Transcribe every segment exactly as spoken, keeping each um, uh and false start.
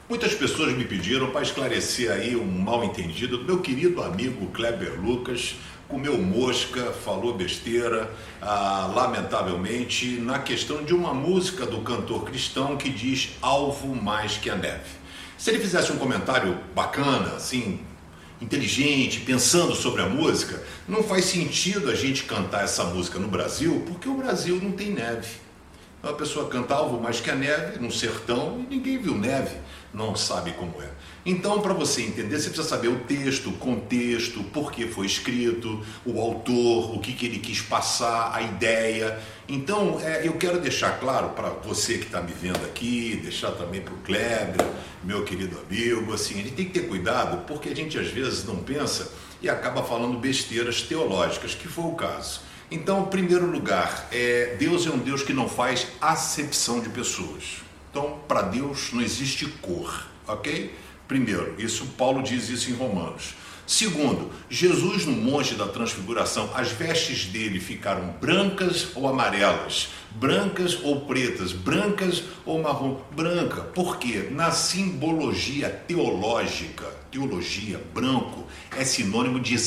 Muitas pessoas me pediram para esclarecer aí um mal-entendido do meu querido amigo Kleber Lucas, comeu mosca, falou besteira, ah, lamentavelmente, na questão de uma música do cantor cristão que diz alvo mais que a neve. Se ele fizesse um comentário bacana, assim, inteligente, pensando sobre a música, não faz sentido a gente cantar essa música no Brasil, porque o Brasil não tem neve. A pessoa canta alvo mais que a neve, no sertão, e ninguém viu neve, não sabe como é. Então, para você entender, você precisa saber o texto, o contexto, por que foi escrito, o autor, o que, que ele quis passar, a ideia. Então, é, eu quero deixar claro para você que está me vendo aqui, deixar também para o Kleber, meu querido amigo, assim, a gente tem que ter cuidado, porque a gente às vezes não pensa e acaba falando besteiras teológicas, que foi o caso. Então, em primeiro lugar, é, Deus é um Deus que não faz acepção de pessoas. Então, para Deus não existe cor, ok? Primeiro, isso Paulo diz isso em Romanos. Segundo, Jesus no Monte da Transfiguração, as vestes dele ficaram brancas ou amarelas, brancas ou pretas, brancas ou marrom, branca. Por quê? Na simbologia teológica, teologia, branco é sinônimo de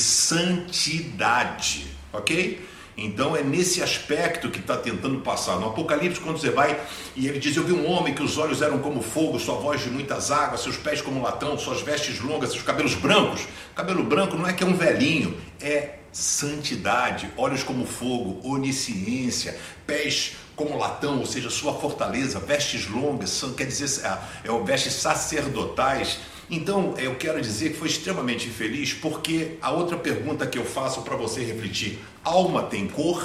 santidade, ok? Então é nesse aspecto que está tentando passar. No Apocalipse, quando você vai e ele diz, eu vi um homem que os olhos eram como fogo, sua voz de muitas águas, seus pés como latão, suas vestes longas, seus cabelos brancos. Cabelo branco não é que é um velhinho, é santidade, olhos como fogo, onisciência, pés como latão, ou seja, sua fortaleza, vestes longas, são, quer dizer, é, é vestes sacerdotais. Então, eu quero dizer que foi extremamente infeliz, porque a outra pergunta que eu faço para você refletir, alma tem cor?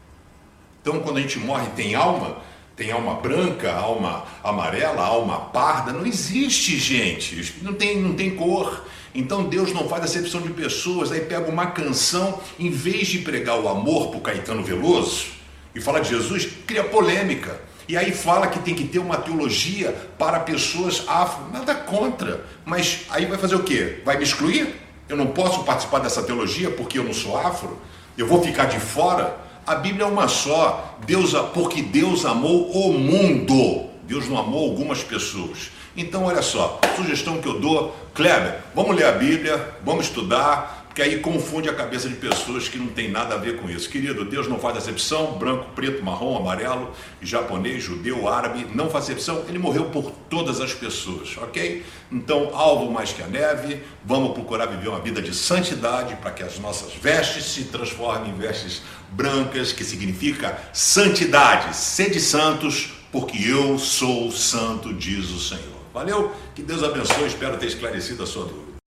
Então, quando a gente morre, tem alma? Tem alma branca, alma amarela, alma parda? Não existe, gente, não tem, não tem cor. Então, Deus não faz acepção de pessoas, aí pega uma canção, em vez de pregar o amor para o Caetano Veloso e falar de Jesus, cria polêmica. E aí fala que tem que ter uma teologia para pessoas afro, nada contra, mas aí vai fazer o quê? Vai me excluir? Eu não posso participar dessa teologia porque eu não sou afro? Eu vou ficar de fora? A Bíblia é uma só, Deus, porque Deus amou o mundo, Deus não amou algumas pessoas. Então olha só, sugestão que eu dou, Kleber, vamos ler a Bíblia, vamos estudar, porque aí confunde a cabeça de pessoas que não tem nada a ver com isso. Querido, Deus não faz acepção, branco, preto, marrom, amarelo, japonês, judeu, árabe, não faz acepção, ele morreu por todas as pessoas, ok? Então, alvo mais que a neve, vamos procurar viver uma vida de santidade para que as nossas vestes se transformem em vestes brancas, que significa santidade, sede santos, porque eu sou santo, diz o Senhor. Valeu? Que Deus abençoe, espero ter esclarecido a sua dúvida.